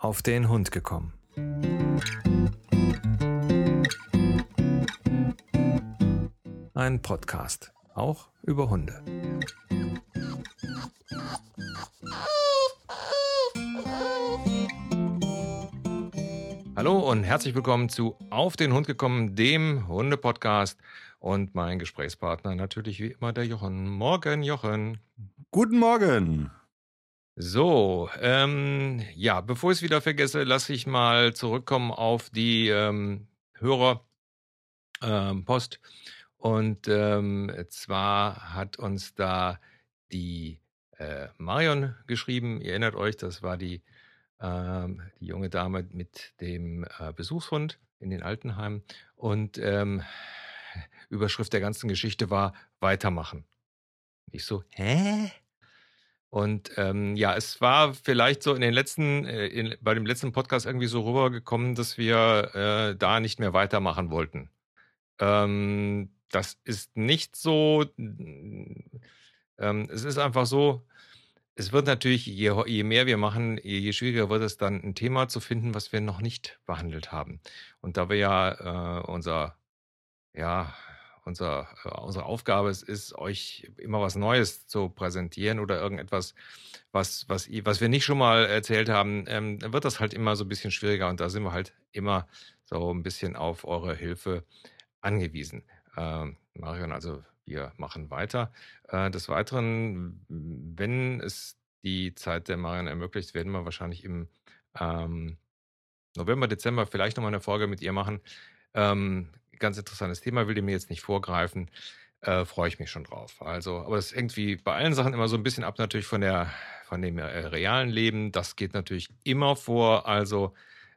Auf den Hund gekommen. Ein Podcast, auch über Hunde. Hallo und herzlich willkommen zu Auf den Hund gekommen, dem Hunde-Podcast. Und mein Gesprächspartner natürlich wie immer der Jochen. Morgen, Jochen. Guten Morgen. So, bevor ich es wieder vergesse, lasse ich mal zurückkommen auf die Hörerpost. Und zwar hat uns da die Marion geschrieben. Ihr erinnert euch, das war die junge Dame mit dem Besuchshund in den Altenheimen. Und Überschrift der ganzen Geschichte war Weitermachen. Ich so, hä? Und es war vielleicht so in den letzten, bei dem letzten Podcast irgendwie so rübergekommen, dass wir da nicht mehr weitermachen wollten. Das ist nicht so. Es ist einfach so, es wird natürlich, je mehr wir machen, je schwieriger wird es dann, ein Thema zu finden, was wir noch nicht behandelt haben. Und da wir ja unsere Aufgabe es ist, euch immer was Neues zu präsentieren oder irgendetwas, was wir nicht schon mal erzählt haben, dann wird das halt immer so ein bisschen schwieriger und da sind wir halt immer so ein bisschen auf eure Hilfe angewiesen. Marion, also wir machen weiter. Des Weiteren, wenn es die Zeit der Marion ermöglicht, werden wir wahrscheinlich im November, Dezember vielleicht nochmal eine Folge mit ihr machen. Ganz interessantes Thema, will dem mir jetzt nicht vorgreifen. Freue ich mich schon drauf. Also, aber das ist irgendwie bei allen Sachen immer so ein bisschen ab natürlich von dem realen Leben. Das geht natürlich immer vor. Also,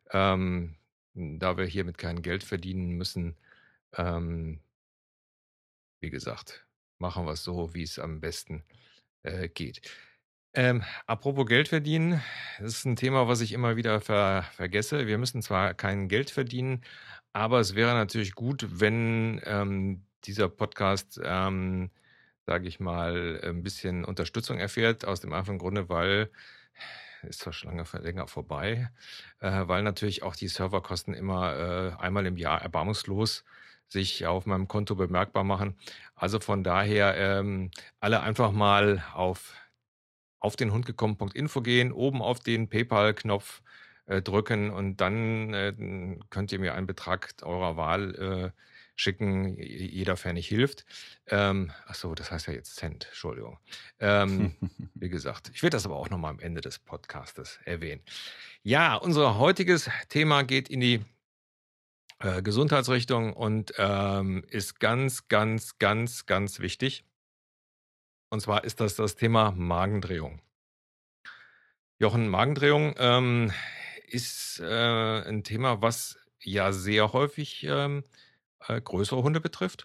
da wir hiermit kein Geld verdienen müssen, ähm, wie gesagt, machen wir es so, wie es am besten geht. Apropos Geld verdienen, das ist ein Thema, was ich immer wieder vergesse. Wir müssen zwar kein Geld verdienen, aber es wäre natürlich gut, wenn dieser Podcast, sage ich mal, ein bisschen Unterstützung erfährt, aus dem einfachen Grunde, weil ist zwar schon länger vorbei, weil natürlich auch die Serverkosten immer einmal im Jahr erbarmungslos sich auf meinem Konto bemerkbar machen. Also von daher alle einfach mal auf den Hund gekommen.info gehen, oben auf den PayPal-Knopf drücken und dann könnt ihr mir einen Betrag eurer Wahl schicken, jeder Pfennig hilft. Achso, das heißt ja jetzt Cent, Entschuldigung. Wie gesagt, ich werde das aber auch nochmal am Ende des Podcastes erwähnen. Ja, unser heutiges Thema geht in die Gesundheitsrichtung und ist ganz, ganz, ganz, ganz wichtig. Und zwar ist das Thema Magendrehung. Jochen, Magendrehung ist ein Thema, was ja sehr häufig größere Hunde betrifft.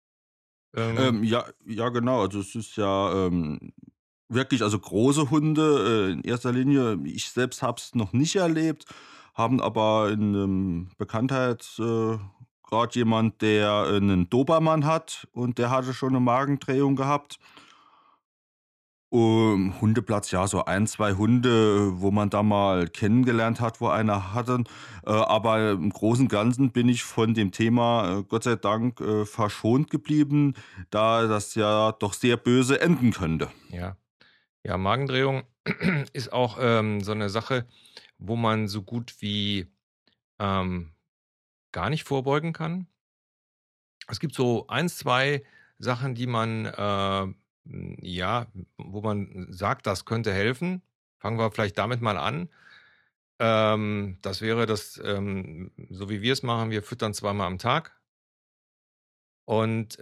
Ja, genau. Also, es ist ja, wirklich also, große Hunde, in erster Linie. Ich selbst habe es noch nicht erlebt, haben aber in 'nem Bekanntheitsgrad jemand, der 'nen Dobermann hat und der hatte schon 'ne Magendrehung gehabt. Hundeplatz, ja, so ein 2 Hunde, wo man da mal kennengelernt hat, wo einer hatte. Aber im Großen und Ganzen bin ich von dem Thema, Gott sei Dank, verschont geblieben, da das ja doch sehr böse enden könnte. Ja, ja, Magendrehung ist auch so eine Sache, wo man so gut wie ähm, gar nicht vorbeugen kann. Es gibt so 1, 2 Sachen, die man, ja, wo man sagt, das könnte helfen. Fangen wir vielleicht damit mal an. Das wäre das, so wie wir es machen, wir füttern zweimal am Tag und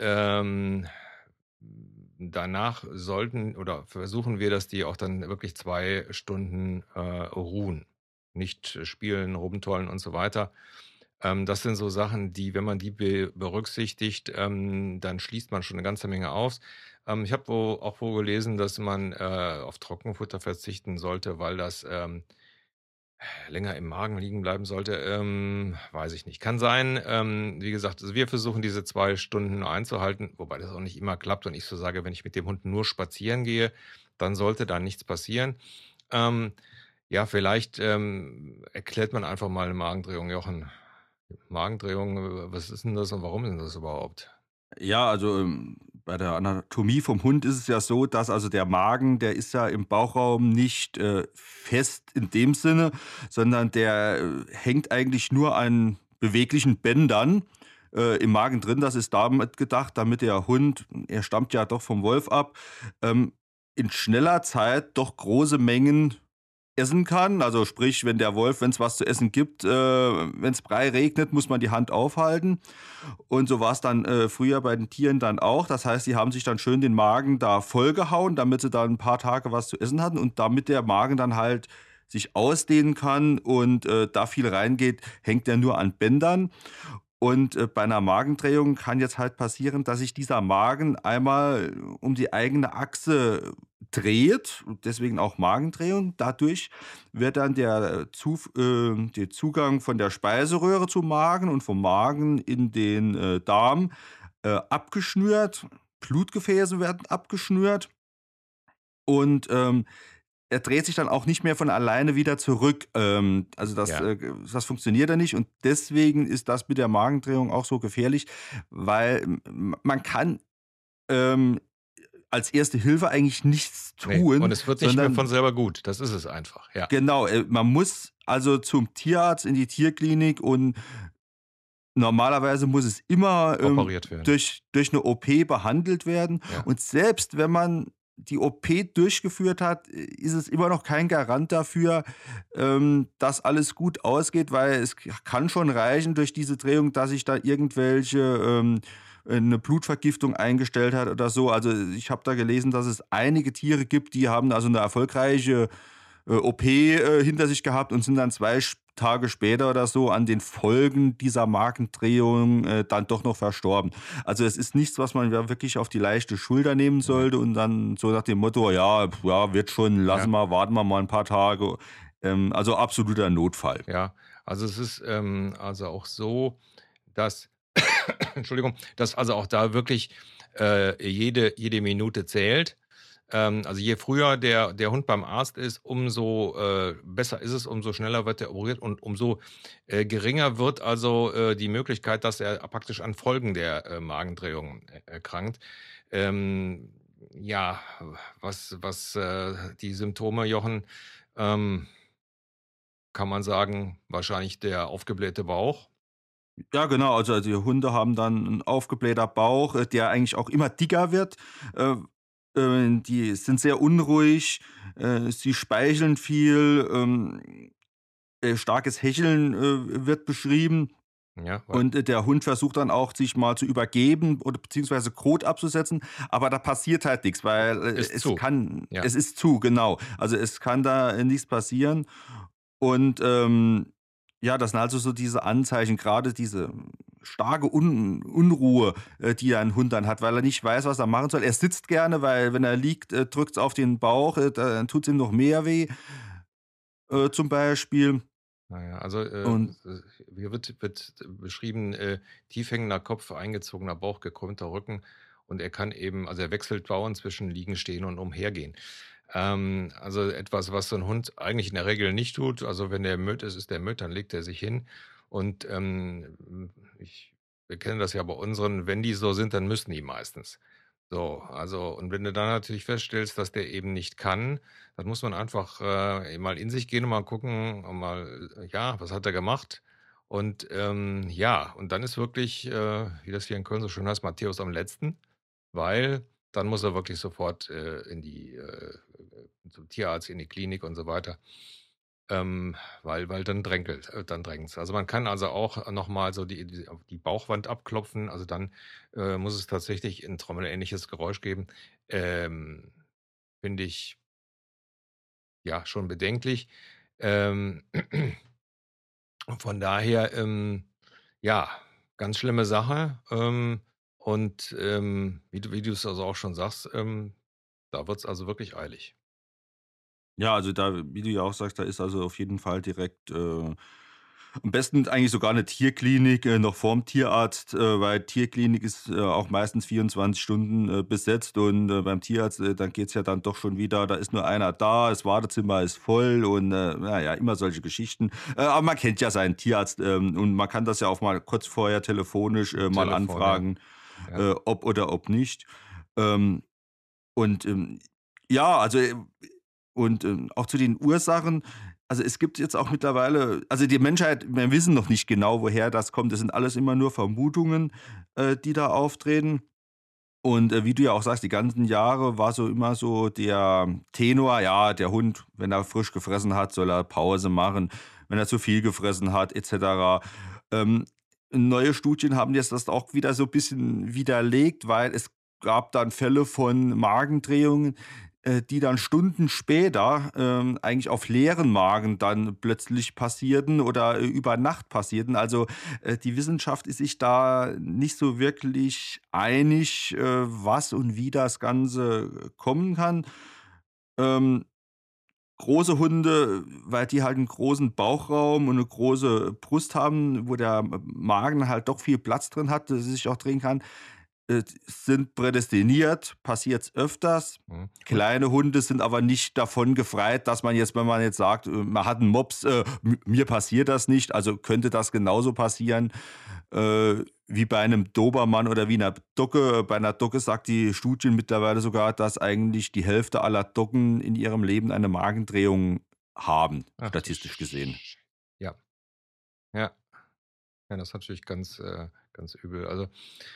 danach sollten oder versuchen wir, dass die auch dann wirklich 2 Stunden ruhen. Nicht spielen, rumtollen und so weiter. Das sind so Sachen, die, wenn man die berücksichtigt, dann schließt man schon eine ganze Menge aus. Ich habe wo gelesen, dass man auf Trockenfutter verzichten sollte, weil das länger im Magen liegen bleiben sollte. Weiß ich nicht. Kann sein. Wie gesagt, also wir versuchen diese 2 Stunden einzuhalten, wobei das auch nicht immer klappt und ich so sage, wenn ich mit dem Hund nur spazieren gehe, dann sollte da nichts passieren. Ähm, Ja, vielleicht, erklärt man einfach mal 'ne Magendrehung. Jochen, Magendrehung, was ist denn das und warum ist denn das überhaupt? Ja, also, bei der Anatomie vom Hund ist es ja so, dass also der Magen, der ist ja im Bauchraum nicht, fest in dem Sinne, sondern der, hängt eigentlich nur an beweglichen Bändern, im Magen drin. Das ist damit gedacht, damit der Hund, er stammt ja doch vom Wolf ab, ähm, in schneller Zeit doch große Mengen essen kann. Also sprich, wenn der Wolf, wenn es was zu essen gibt, wenn es Brei regnet, muss man die Hand aufhalten. Und so war es dann, früher bei den Tieren dann auch. Das heißt, die haben sich dann schön den Magen da vollgehauen, damit sie dann ein paar Tage was zu essen hatten. Und damit der Magen dann halt sich ausdehnen kann und, da viel reingeht, hängt er nur an Bändern. Und, bei einer Magendrehung kann jetzt halt passieren, dass sich dieser Magen einmal um die eigene Achse dreht, und deswegen auch Magendrehung. Dadurch wird dann der Zugang von der Speiseröhre zum Magen und vom Magen in den, Darm, abgeschnürt. Blutgefäße werden abgeschnürt und, er dreht sich dann auch nicht mehr von alleine wieder zurück. Also Ja, das funktioniert dann nicht und deswegen ist das mit der Magendrehung auch so gefährlich, weil man kann, ähm, als Erste Hilfe eigentlich nichts ne. Und tun, es wird nicht mehr von sondern selber gut. Das ist es einfach, ja. genau, man muss also zum Tierarzt, in die Tierklinik und normalerweise muss es immer, Operiert werden. durch 'ne OP behandelt werden. Ja. Und selbst wenn man die OP durchgeführt hat, ist es immer noch kein Garant dafür, dass alles gut ausgeht, weil es kann schon reichen durch diese Drehung, dass sich da irgendwelche 'ne Blutvergiftung eingestellt hat oder so. Also, ich habe da gelesen, dass es einige Tiere gibt, die haben also 'ne erfolgreiche OP, hinter sich gehabt und sind dann 2 Tage später oder so an den Folgen dieser Magendrehung, dann doch noch verstorben. Also, es ist nichts, was man ja wirklich auf die leichte Schulter nehmen Ja, sollte und dann so nach dem Motto: „Ja, ja, wird schon, ja, lassen wir, warten wir mal ein paar Tage.“ Also, absoluter Notfall. ja. Also, es ist, also auch so, dass Entschuldigung, dass also auch da wirklich, jede Minute zählt. Also, je früher der Hund beim Arzt ist, umso, besser ist es, umso schneller wird er operiert und umso, geringer wird also, die Möglichkeit, dass er praktisch an Folgen der, Magendrehung erkrankt. Ähm, ja, was, die Symptome, Jochen, ähm, kann man sagen, wahrscheinlich der aufgeblähte Bauch. Ja, genau, also die Hunde haben dann 'n aufgeblähter Bauch, der eigentlich auch immer dicker wird. Äh, Die sind sehr unruhig, sie speicheln viel, starkes Hecheln, wird beschrieben. Ja, weil Und, der Hund versucht dann auch, sich mal zu übergeben oder beziehungsweise Kot abzusetzen, aber da passiert halt nichts, weil, ist zu. Ja. es ist zu, genau. Also, es kann da, nix passieren. Und, ja, das sind also so diese Anzeichen, gerade diese starke Unruhe, die ein Hund dann hat, weil er nicht weiß, was er machen soll. Er sitzt gerne, weil wenn er liegt, drückt's auf den Bauch, dann tut's ihm noch mehr weh, zum Beispiel. Na ja, also, Und hier wird beschrieben, tief hängender Kopf, eingezogener Bauch, gekrümmter Rücken und er kann eben also, er wechselt dauernd zwischen Liegen, Stehen und Umhergehen. Also, etwas, was so ein Hund eigentlich in der Regel nicht tut. Also, wenn der müde ist, ist der müde, dann legt er sich hin und, wir kennen das ja bei unseren, wenn die so sind, dann müssen die meistens. So, also und wenn du dann natürlich feststellst, dass der eben nicht kann, dann muss man einfach, mal in sich gehen und mal gucken und mal, ja, was hat er gemacht? Und, ja, und dann ist wirklich, wie das hier in Köln so schön heißt, Matthäus am Letzten, weil dann muss er wirklich sofort, zum Tierarzt, in die Klinik und so weiter, weil dann drängt's. Also, man kann also auch noch mal so die Bauchwand abklopfen, also dann, muss es tatsächlich 'n trommelähnliches Geräusch geben. Ähm, Finde ich ja, schon bedenklich. Ähm, von daher, ja, ganz schlimme Sache. Und, wie du es also auch schon sagst, da wird's also wirklich eilig. ja, also da, wie du ja auch sagst, da ist also auf jeden Fall direkt, Am besten eigentlich sogar eine Tierklinik, noch vorm Tierarzt, weil Tierklinik ist, auch meistens 24 Stunden, besetzt und, beim Tierarzt, dann geht's ja dann doch schon wieder da ist nur einer da, das Wartezimmer ist voll und, na ja, immer solche Geschichten. Aber man kennt ja seinen Tierarzt, und man kann das ja auch mal kurz vorher telefonisch, Am mal Telefon, ja. anfragen, Ja. ob oder ob nicht. Ähm, und, ja, also, und, auch zu den Ursachen, also, es gibt jetzt auch mittlerweile also, die Menschheit wir wissen noch nicht genau, woher das kommt. Das sind alles immer nur Vermutungen, die da auftreten. Und, wie du ja auch sagst, die ganzen Jahre war so immer so der Tenor: „Ja, der Hund, wenn er frisch gefressen hat, soll er Pause machen, wenn er zu viel gefressen hat et cetera.“ Ähm, Neue Studien haben jetzt das auch wieder so ein bisschen widerlegt, weil es gab dann Fälle von Magendrehungen, die dann Stunden später, eigentlich auf leeren Magen dann plötzlich passierten oder, über Nacht passierten. Also, die Wissenschaft ist sich da nicht so wirklich einig, was und wie das Ganze kommen kann. Ähm, Große Hunde, weil die halt einen großen Bauchraum und eine große Brust haben, wo der Magen halt doch viel Platz drin hat, dass er sich auch drehen kann, sind prädestiniert, passiert's öfters. Mhm. Und Kleine Hunde sind aber nicht davon gefeit, dass man jetzt, wenn man jetzt sagt, man hat einen Mops, mir passiert das nicht, also könnte das genauso passieren, wie bei einem Dobermann oder wie 'ner Dogge. Bei einer Dogge sagt die Studien mittlerweile sogar, dass eigentlich die Hälfte aller Doggen in ihrem Leben eine Magendrehung haben, ach du statistisch gesehen. ja, ja. Ja, das ist natürlich ganz übel. Also,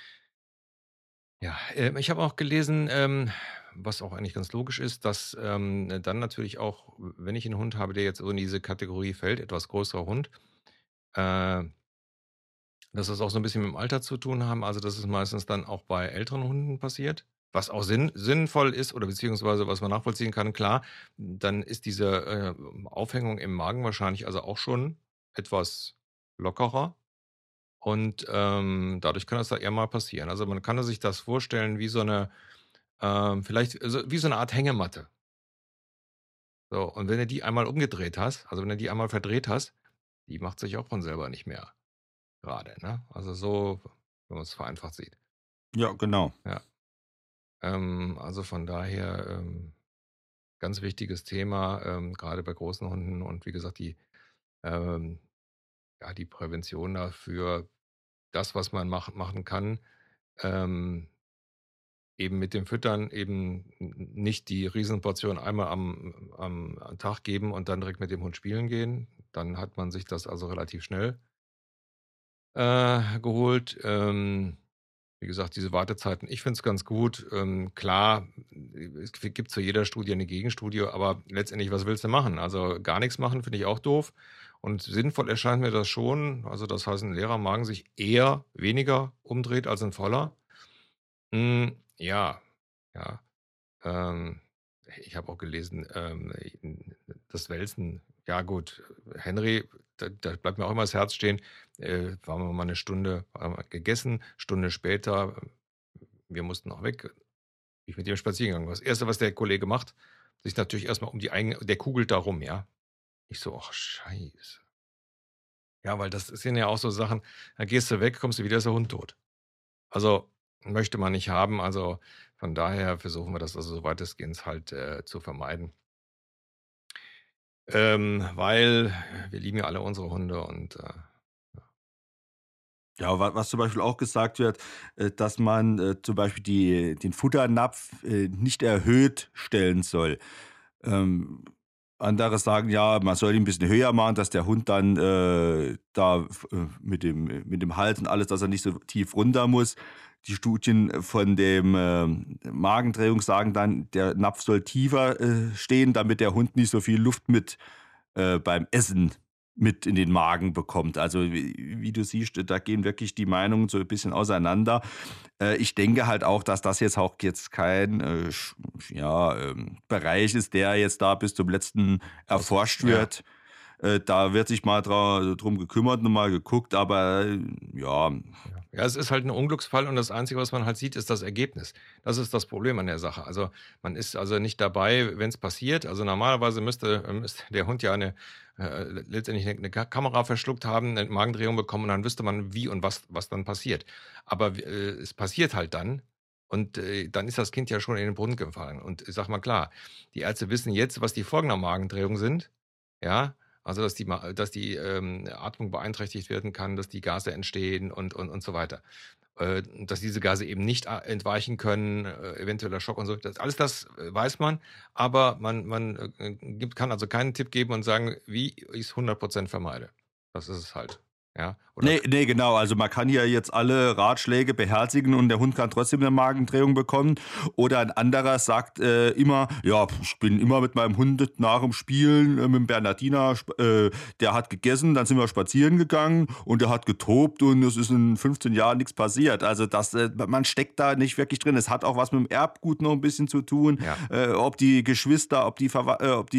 ja, ich habe auch gelesen, was auch eigentlich ganz logisch ist, dass, dann natürlich auch, wenn ich einen Hund habe, der jetzt so in diese Kategorie fällt, etwas größerer Hund, äh, dass das auch so ein bisschen mit dem Alter zu tun haben. Also, dass es meistens dann auch bei älteren Hunden passiert, was auch sinnvoll ist oder beziehungsweise was man nachvollziehen kann. Klar, dann ist diese, Aufhängung im Magen wahrscheinlich also auch schon etwas lockerer. Und, dadurch kann das da eher mal passieren. Also, man kann sich das vorstellen wie so eine vielleicht wie so eine Art Hängematte. So, und wenn du die einmal umgedreht hast, also, wenn du die einmal verdreht hast, die macht sich auch von selber nicht mehr gerade, ne? Also, so, wenn man es vereinfacht sieht. Ja, genau. Ja, also, von daher, ganz wichtiges Thema, grade bei großen Hunden und wie gesagt, ähm ja, die Prävention dafür, das, was man machen kann, ähm eben mit dem Füttern eben nicht die Riesenportion einmal am Tag geben und dann direkt mit dem Hund spielen gehen. Dann hat man sich das also relativ schnell, geholt. Wie gesagt, diese Wartezeiten, ich finde es ganz gut. Klar, es gibt zu jeder Studie eine Gegenstudie, aber letztendlich, was willst du machen? Also, gar nichts machen finde ich auch doof und sinnvoll erscheint mir das schon. Also, das heißt, ein leerer Magen sich eher weniger umdreht als ein voller. Ja, ja. Ähm, ich habe auch gelesen, das Wälzen, ja gut, Henry, da bleibt mir auch immer das Herz stehen. Waren wir mal eine Stunde haben wir gegessen, Stunde später, wir mussten auch weg, bin ich mit ihm spazieren gegangen. Das Erste, was der Kollege macht, sich natürlich erst mal um die eigene der kugelt da rum, ja. Ich so: „Ach scheiße.“ Ja, weil das sind ja auch so Sachen, da gehst du weg, kommst du wieder, ist der Hund tot. Also, möchte man nicht haben. Also, von daher versuchen wir das also so weitestgehend halt, zu vermeiden. Weil wir lieben ja alle unsere Hunde und, Ja, was zum Beispiel auch gesagt wird, dass man, zum Beispiel den Futternapf, nicht erhöht stellen soll. Ähm, Andere sagen, ja, man soll ihn 'n bisschen höher machen, dass der Hund dann, da mit dem Hals und alles, dass er nicht so tief runter muss. Die Studien von dem, Magendrehung sagen dann, der Napf soll tiefer, stehen, damit der Hund nicht so viel Luft mit beim Essen mit in den Magen bekommt. Also, wie du siehst, da gehen wirklich die Meinungen so ein bisschen auseinander. Ich denke halt auch, dass das jetzt auch jetzt kein, ja, Bereich ist, der jetzt da bis zum Letzten aus erforscht ja, wird. Da wird sich mal drum gekümmert und mal geguckt, aber ja, Ja. Ja, es ist halt ein Unglücksfall und das Einzige, was man halt sieht, ist das Ergebnis. Das ist das Problem an der Sache. Also, man ist also nicht dabei, wenn es passiert. Also, normalerweise müsste der Hund ja letztendlich eine Kamera verschluckt haben, eine Magendrehung bekommen und dann wüsste man, wie und was dann passiert. Aber es passiert halt dann und, dann ist das Kind ja schon in den Brunnen gefallen. Und ich sage mal klar, die Ärzte wissen jetzt, was die Folgen einer Magendrehung sind, ja? Also, dass die Atmung beeinträchtigt werden kann, dass die Gase entstehen und so weiter. Dass diese Gase eben nicht entweichen können, eventueller Schock und so. Das weiß man, aber man kann also keinen Tipp geben und sagen, wie ich's 100% vermeide. Das ist es halt, ja? Oder ne, genau. Also, man kann ja jetzt alle Ratschläge beherzigen und der Hund kann trotzdem 'ne Magendrehung bekommen. Oder ein anderer sagt, immer: „Ja, ich bin immer mit meinem Hund nach dem Spielen, mit'm Bernardiner der hat gegessen, dann sind wir spazieren gegangen und der hat getobt und es ist in 15 Jahren nix passiert.“ Also, man steckt da nicht wirklich drin. Es hat auch was mit'm Erbgut noch 'n bisschen zu tun, ja, ob die Geschwister, ob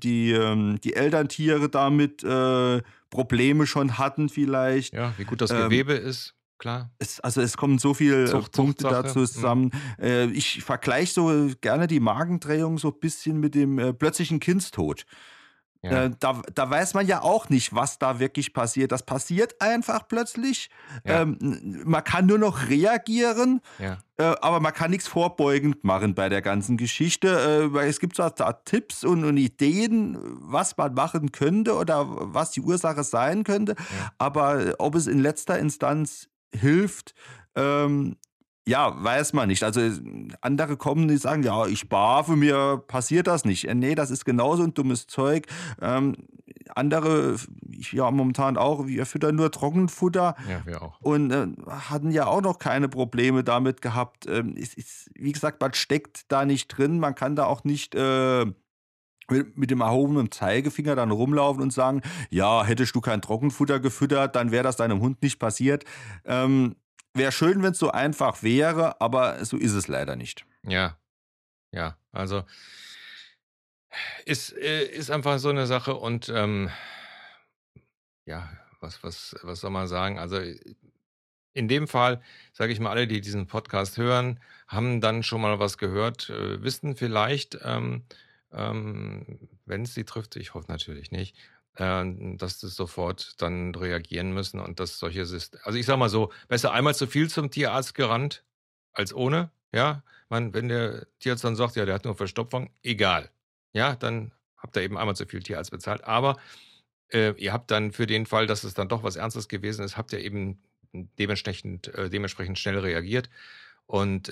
die Elterntiere damit, Probleme schon hatten vielleicht. ja, wie gut das Ähm, Gewebe ist, klar. es kommen so viele Punkte da Zuchtsache, mhm, zusammen. Ich vergleiche so gerne die Magendrehung so ein bisschen mit dem, plötzlichen Kindstod. ja, Da weiß man ja auch nicht, was da wirklich passiert. Das passiert einfach plötzlich. ja, Man kann nur noch reagieren, ja, aber man kann nichts vorbeugend machen bei der ganzen Geschichte, weil es gibt zwar da Tipps und Ideen, was man machen könnte oder was die Ursache sein könnte, ja, aber ob es in letzter Instanz hilft, ähm, ja, weiß man nicht. Also, andere kommen, die sagen: „Ja, ich barfe, mir passiert das nicht.“ Ne, das ist genauso 'n dummes Zeug. Ähm, andere, ja, momentan auch, wir füttern nur Trockenfutter ja, wir auch. und, hatten ja auch noch keine Probleme damit gehabt. Es ist, wie gesagt, man steckt da nicht drin. Man kann da auch nicht, mit dem erhobenen Zeigefinger dann rumlaufen und sagen: „Ja, hättest du kein Trockenfutter gefüttert, dann wäre das deinem Hund nicht passiert.“ Ähm, Wäre schön, wenn's so einfach wäre, aber so ist es leider nicht. Ja, ja, also ist einfach so eine Sache und, ja, was soll man sagen? Also, in dem Fall, sage ich mal, alle, die diesen Podcast hören, haben dann schon mal was gehört, wissen vielleicht, wenn es sie trifft, ich hoffe natürlich nicht, dass sie sofort dann reagieren müssen und dass solche also, ich sage mal so, besser einmal zu viel zum Tierarzt gerannt als ohne, ja? Wenn der Tierarzt dann sagt: „Ja, der hat nur Verstopfung“, egal. Ja, dann habt ihr eben einmal zu viel Tierarzt bezahlt. Aber, ihr habt dann für den Fall, dass es dann doch was Ernstes gewesen ist, habt ihr eben dementsprechend schnell reagiert. Und,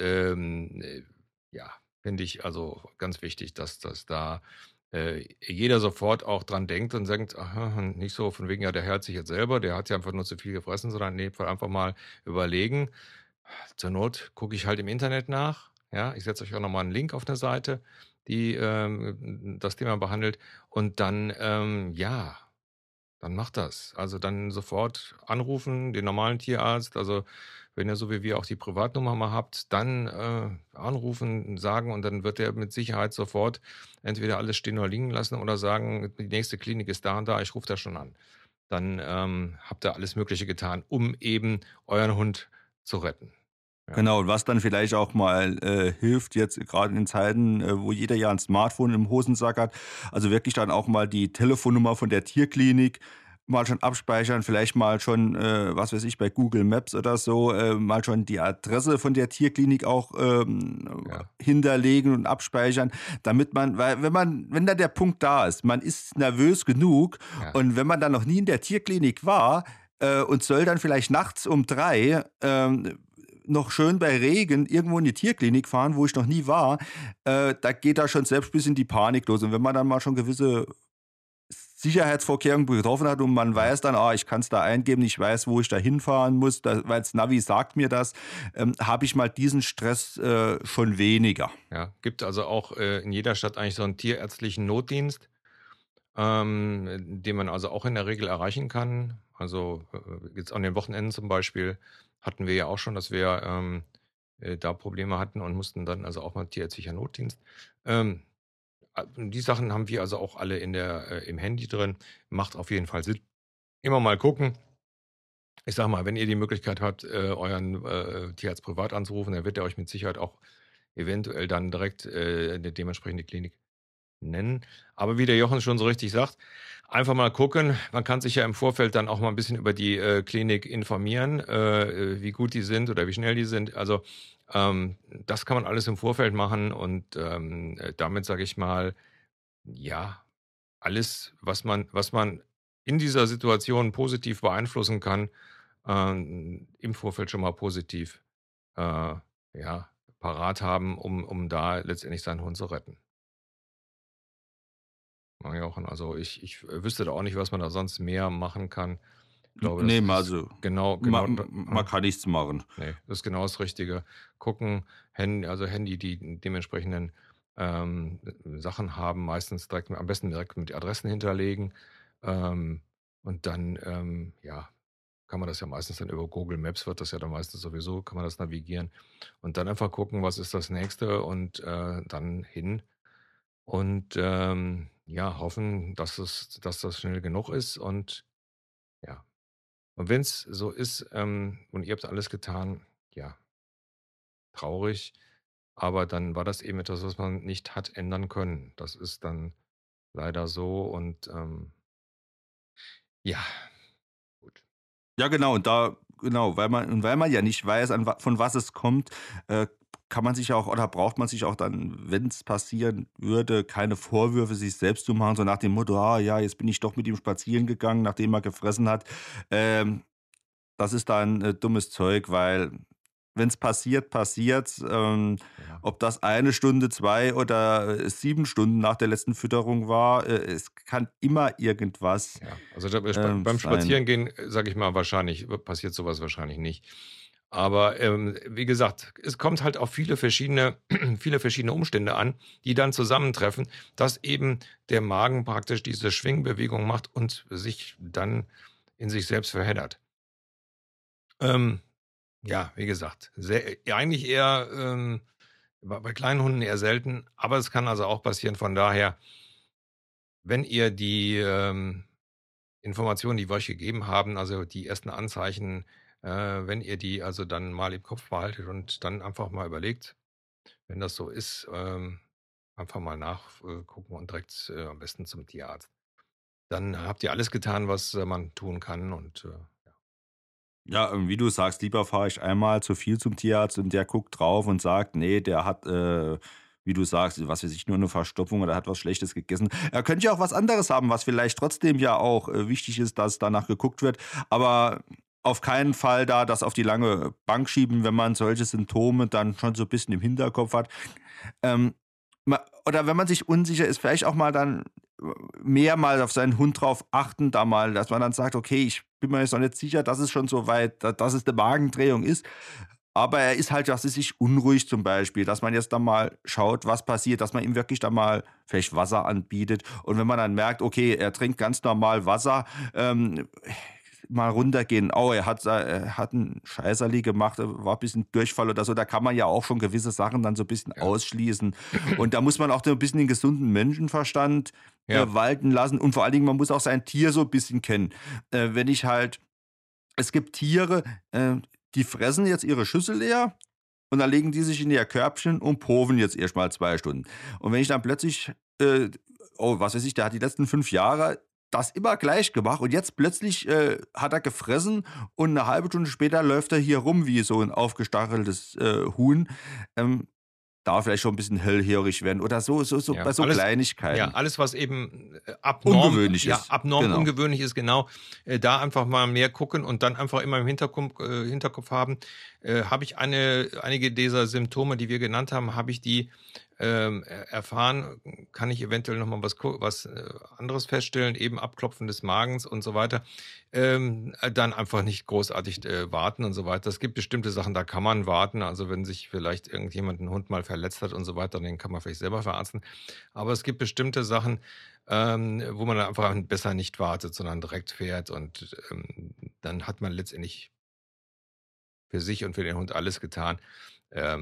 ja, finde ich also ganz wichtig, dass da, jeder sofort auch dran denkt und denkt: „Aha, nicht so von wegen, ja, der hört sich jetzt selber, der hat ja einfach nur zu viel gefressen“, sondern in dem Fall einfach mal überlegen. Zur Not gucke ich halt im Internet nach, ja? Ich setze euch auch noch mal 'n Link auf 'ne Seite, die, das Thema behandelt und dann, ja, dann macht das. Also, dann sofort anrufen, den normalen Tierarzt. Also, wenn ihr so wie wir auch die Privatnummer mal habt, dann, anrufen, sagen und dann wird er mit Sicherheit sofort entweder alles stehen oder liegen lassen oder sagen: „Die nächste Klinik ist da und da, ich rufe da schon an.“ Dann, habt ihr alles Mögliche getan, um eben euren Hund zu retten. Ja. Genau, und was dann vielleicht auch mal, hilft, jetzt gerade in Zeiten, wo jeder ja ein Smartphone im Hosensack hat, also wirklich dann auch mal die Telefonnummer von der Tierklinik mal schon abspeichern, vielleicht mal schon, was weiß ich, bei Google Maps oder so, mal schon die Adresse von der Tierklinik auch, Ja, hinterlegen und abspeichern, damit man, weil wenn dann der Punkt da ist, man ist nervös genug ja, und wenn man dann noch nie in der Tierklinik war, und soll dann vielleicht nachts um 3 noch schön bei Regen irgendwo in die Tierklinik fahren, wo ich noch nie war, da geht da schon selbst bisschen die Panik los. Und wenn man dann mal schon gewisse Sicherheitsvorkehrungen getroffen hat und man ja. weiß dann, ich kann es da eingeben, ich weiß, wo ich da hinfahren muss, weil das Navi sagt mir das, habe ich mal diesen Stress schon weniger. Ja, gibt also auch, in jeder Stadt eigentlich so einen tierärztlichen Notdienst, den man also auch in der Regel erreichen kann. Also, jetzt an den Wochenenden zum Beispiel hatten wir ja auch schon, dass wir, da Probleme hatten und mussten dann also auch mal tierärztlicher Notdienst. Ähm, die Sachen haben wir also auch alle im Handy drin. Macht auf jeden Fall Sinn. Immer mal gucken. Ich sage mal, wenn ihr die Möglichkeit habt, euren Tierarzt privat anzurufen, dann wird er euch mit Sicherheit auch eventuell dann direkt 'ne dementsprechende Klinik nennen. Aber wie der Jochen schon so richtig sagt, einfach mal gucken. Man kann sich ja im Vorfeld dann auch mal ein bisschen über die Klinik informieren, wie gut die sind oder wie schnell die sind. Also, das kann man alles im Vorfeld machen und, damit sage ich mal, ja, alles, was man in dieser Situation positiv beeinflussen kann, im Vorfeld schon mal positiv, ja, parat haben, um da letztendlich seinen Hund zu retten. Ja, Jochen, also ich wüsste da auch nicht, was man da sonst mehr machen kann. Ich glaube, das Ne, ist also, genau da man kann nichts machen. ne, das ist genau das Richtige. Gucken, Handy, die dementsprechenden, Sachen haben, meistens direkt am besten direkt mit Adressen hinterlegen. Ähm, und dann, ja, kann man das ja meistens dann über Google Maps wird das ja dann meistens sowieso kann man das navigieren. Und dann einfach gucken, was ist das Nächste und, dann hin und, ja, hoffen, dass das schnell genug ist und ja. Und wenn es so ist, und ihr habt alles getan, ja, traurig, aber dann war das eben etwas, was man nicht hat ändern können. Das ist dann leider so und, ja, gut. Ja, genau, und da genau, weil man ja nicht weiß, an wa von was es kommt, äh, kann man sich auch oder braucht man sich auch dann, wenn es passieren würde, keine Vorwürfe sich selbst zu machen, so nach dem Motto: „Ah ja, jetzt bin ich doch mit ihm spazieren gegangen, nachdem er gefressen hat.“ Ähm, Das ist dann, dummes Zeug, weil wenn es passiert, passiert's. Ja, Ob das 1 Stunde, 2 oder 7 Stunden nach der letzten Fütterung war, es kann immer irgendwas, ja. Also, da beim sein. Spazierengehen, sage ich mal, wahrscheinlich passiert sowas wahrscheinlich nicht. Aber, wie gesagt, es kommt halt auf viele verschiedene viele verschiedene Umstände an, die dann zusammentreffen, dass eben der Magen praktisch diese Schwingbewegung macht und sich dann in sich selbst verheddert. Ähm, ja, wie gesagt, eigentlich eher, bei kleinen Hunden eher selten, aber es kann also auch passieren. Von daher, wenn ihr die, Informationen, die wir euch gegeben haben, also die ersten Anzeichen, wenn ihr die also dann mal im Kopf behaltet und dann einfach mal überlegt, wenn das so ist, einfach mal nachgucken und direkt, am besten zum Tierarzt. Dann habt ihr alles getan, was, man tun kann und, ja. Ja, wie du sagst, lieber fahre ich einmal zu viel zum Tierarzt und der guckt drauf und sagt: „Nee, der hat, wie du sagst, was weiß ich, nur eine Verstopfung oder hat was Schlechtes gegessen.“ Er könnte ja auch was anderes haben, was vielleicht trotzdem ja auch, wichtig ist, dass danach geguckt wird, aber auf keinen Fall da das auf die lange Bank schieben, wenn man solche Symptome dann schon so ein bisschen im Hinterkopf hat. Ähm, oder wenn man sich unsicher ist, vielleicht auch mal dann mehr mal auf seinen Hund drauf achten, da mal, dass man dann sagt: „Okay, ich bin mir jetzt noch nicht sicher, dass es schon so weit dass es 'ne Magendrehung ist.“ Aber er ist halt, dass es sich unruhig zum Beispiel, dass man jetzt dann mal schaut, was passiert, dass man ihm wirklich dann mal vielleicht Wasser anbietet. Und wenn man dann merkt, okay, er trinkt ganz normal Wasser, mal runtergehen. Oh, er hat 'n Scheißerli gemacht, war ein bisschen Durchfall oder so. Da kann man ja auch schon gewisse Sachen dann so ein bisschen Ja. ausschließen. Und da muss man auch so ein bisschen den gesunden Menschenverstand, Ja, walten lassen. Und vor allen Dingen, man muss auch sein Tier so ein bisschen kennen. Wenn ich halt Es gibt Tiere, die fressen jetzt ihre Schüssel leer und dann legen die sich in ihr Körbchen und poven jetzt erst mal 2 Stunden. Und wenn ich dann plötzlich, oh, was weiß ich, der hat die letzten 5 Jahre das immer gleich gemacht und jetzt plötzlich, hat er gefressen und eine halbe Stunde später läuft er hier rum wie so ein aufgestacheltes, Huhn. Ähm, Da vielleicht schon ein bisschen hellhörig werden oder so ja. bei so Ja, Kleinigkeiten. alles, was eben, Ungewöhnlich ist, abnorm genau. ungewöhnlich ist, genau, da einfach mal mehr gucken und dann einfach immer im Hinterkopf haben, habe ich einige dieser Symptome, die wir genannt haben, habe ich die, erfahren, kann ich eventuell noch mal was, anderes feststellen, eben Abklopfen des Magens und so weiter. Dann einfach nicht großartig, warten und so weiter. Es gibt bestimmte Sachen, da kann man warten. Also, wenn sich vielleicht irgendjemand 'n Hund mal verletzt hat und so weiter, den kann man vielleicht selber verarzten. Aber es gibt bestimmte Sachen, wo man dann einfach besser nicht wartet, sondern direkt fährt und, dann hat man letztendlich für sich und für den Hund alles getan. Ähm,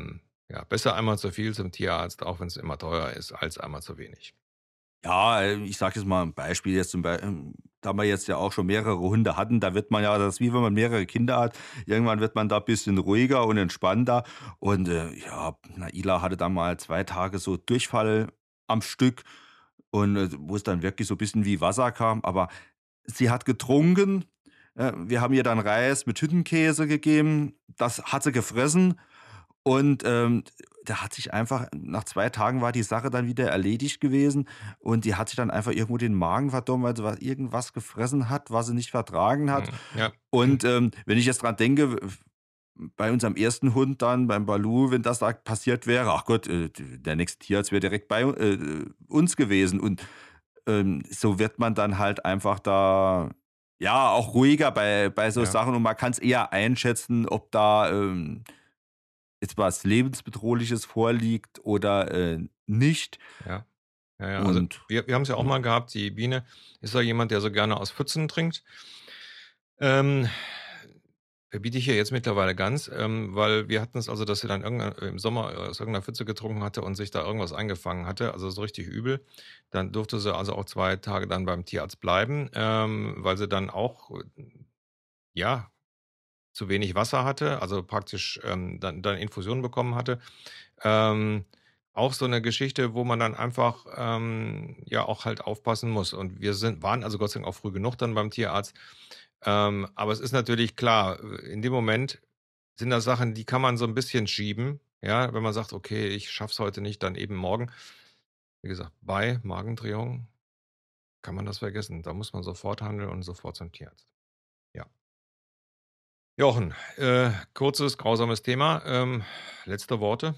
Ja, besser einmal zu viel zum Tierarzt, auch wenn es immer teuer ist, als einmal zu wenig. Ja, ich sage jetzt mal ein Beispiel jetzt da wir jetzt ja auch schon mehrere Hunde hatten, da wird man ja das ist wie wenn man mehrere Kinder hat. Irgendwann wird man da ein bisschen ruhiger und entspannter und, ja, Naila hatte da mal 2 Tage so Durchfall am Stück und, wo es dann wirklich so ein bisschen wie Wasser kam, aber sie hat getrunken. Wir haben ihr dann Reis mit Hüttenkäse gegeben. Das hat sie gefressen und, da hat sich einfach nach 2 Tagen war die Sache dann wieder erledigt gewesen und die hat sich dann einfach irgendwo den Magen verdorben, weil sie irgendwas gefressen hat, was sie nicht vertragen hat. Mhm, ja. Und, wenn ich jetzt dran denke, bei unserem ersten Hund dann, beim Balu, wenn das da passiert wäre, ach Gott, der nächste Tierarzt wäre direkt bei uns gewesen. Und, so wird man dann halt einfach da, ja, auch ruhiger bei so Ja, Sachen und man kann es eher einschätzen, ob da, jetzt was Lebensbedrohliches vorliegt oder, nicht. ja. Ja, ja. Also, Und wir haben es ja auch ja. mal gehabt, die Biene ist ja jemand, der so gerne aus Pfützen trinkt. Ähm, verbiete ich hier jetzt mittlerweile ganz, weil wir hatten es also, dass sie dann im Sommer aus irgendeiner Pfütze getrunken hatte und sich da irgendwas eingefangen hatte, also so richtig übel. Dann durfte sie also auch 2 Tage dann beim Tierarzt bleiben, weil sie dann auch, ja, zu wenig Wasser hatte, also praktisch, dann Infusionen bekommen hatte. Ähm, auch so eine Geschichte, wo man dann einfach, ja, auch halt aufpassen muss. Und wir waren also Gott sei Dank auch früh genug dann beim Tierarzt. Aber es ist natürlich klar, in dem Moment sind das Sachen, die kann man so ein bisschen schieben, ja? Wenn man sagt: „Okay, ich schaff's heute nicht, dann eben morgen.“ Wie gesagt, bei Magendrehung kann man das vergessen. Da muss man sofort handeln und sofort zum Tierarzt. Ja. Jochen, kurzes, grausames Thema. Letzte Worte?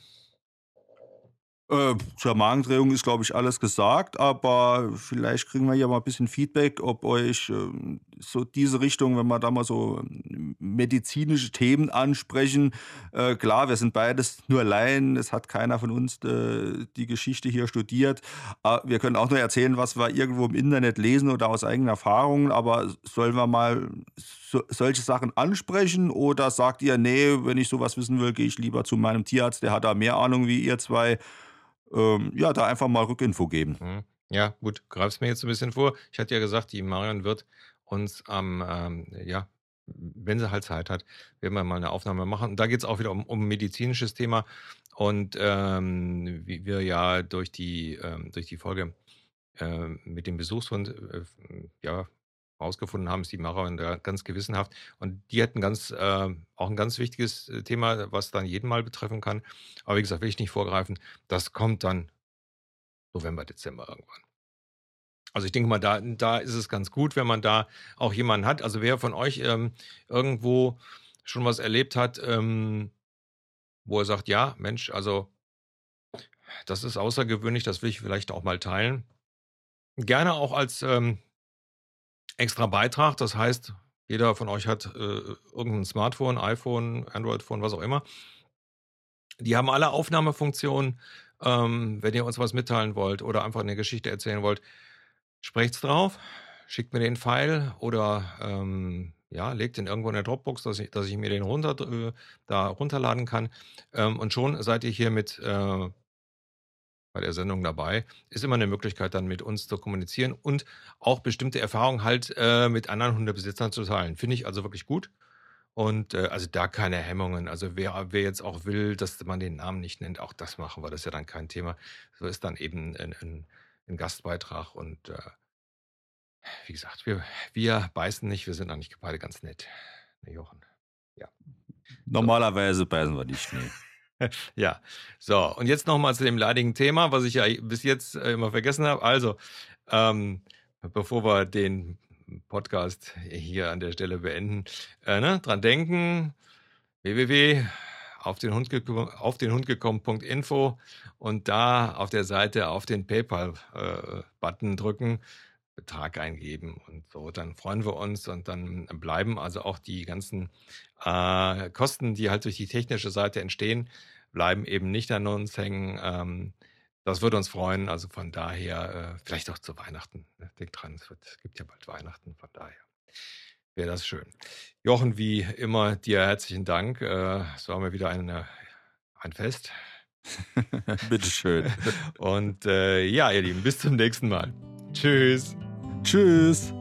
Zur Magendrehung ist, glaube ich, alles gesagt, aber vielleicht kriegen wir ja mal ein bisschen Feedback, ob euch, so diese Richtung, wenn wir da mal so, medizinische Themen ansprechen klar, wir sind beides nur Laien, es hat keiner von uns, die Geschichte hier studiert. Wir können auch nur erzählen, was wir irgendwo im Internet lesen oder aus eigenen Erfahrungen, aber sollen wir mal solche Sachen ansprechen oder sagt ihr: „Nee, wenn ich sowas wissen will, gehe ich lieber zu meinem Tierarzt, der hat da mehr Ahnung wie ihr 2." Ja, da einfach mal Rückinfo geben. Mhm. Ja, gut, greifst mir jetzt ein bisschen vor. Ich hatte ja gesagt, die Marion wird uns ja, wenn sie halt Zeit hat, werden wir mal eine Aufnahme machen. Und da geht's auch wieder um 'n medizinisches Thema und, wie wir ja durch die Folge, mit dem Besuchshund, ja, rausgefunden haben, ist die Marion da ganz gewissenhaft. Und die hat 'n auch ein ganz wichtiges, Thema, was dann jeden mal betreffen kann. Aber wie gesagt, will ich nicht vorgreifen. Das kommt dann November, Dezember irgendwann. Also, ich denke mal, da ist es ganz gut, wenn man da auch jemanden hat. Also, wer von euch, irgendwo schon was erlebt hat, wo er sagt: „Ja, Mensch, also, das ist außergewöhnlich, das will ich vielleicht auch mal teilen.“ Gerne auch als, extra Beitrag. Das heißt, jeder von euch hat, irgend Smartphone, iPhone, Android-Phone, was auch immer. Die haben alle Aufnahmefunktionen. Wenn ihr uns was mitteilen wollt oder einfach eine Geschichte erzählen wollt, sprecht's drauf, schickt mir den File oder, ja, legt den irgendwo in der Dropbox, dass ich mir den da runterladen kann. Und schon seid ihr hier mit, bei der Sendung dabei. Ist immer eine Möglichkeit, dann mit uns zu kommunizieren und auch bestimmte Erfahrungen halt, mit anderen Hundebesitzern zu teilen. Finde ich also wirklich gut. Und, also da keine Hemmungen. Also wer jetzt auch will, dass man den Namen nicht nennt, auch das machen wir. Das ist ja dann kein Thema. So ist dann eben ein Gastbeitrag und, wie gesagt, wir beißen nicht, wir sind eigentlich beide ganz nett, ne, Jochen? Ja, so. Normalerweise beißen wir nicht, ne. Ja, so und jetzt noch mal zu dem leidigen Thema, was ich ja bis jetzt, immer vergessen habe. Also, bevor wir den Podcast hier an der Stelle beenden, ne, dran denken, www auf den Hund gekommen.info und da auf der Seite auf den PayPal, Button drücken, Betrag eingeben und so. Dann freuen wir uns und dann bleiben also auch die ganzen, Kosten, die halt durch die technische Seite entstehen, bleiben eben nicht an uns hängen. Das würde uns freuen. Also von daher, vielleicht auch zu Weihnachten, ne? Denkt dran, es gibt ja bald Weihnachten, von daher wäre das schön. Jochen, wie immer dir herzlichen Dank. Es war mir wieder ein Fest. Bitteschön. Und ja, ihr Lieben, bis zum nächsten Mal. Tschüss. Tschüss.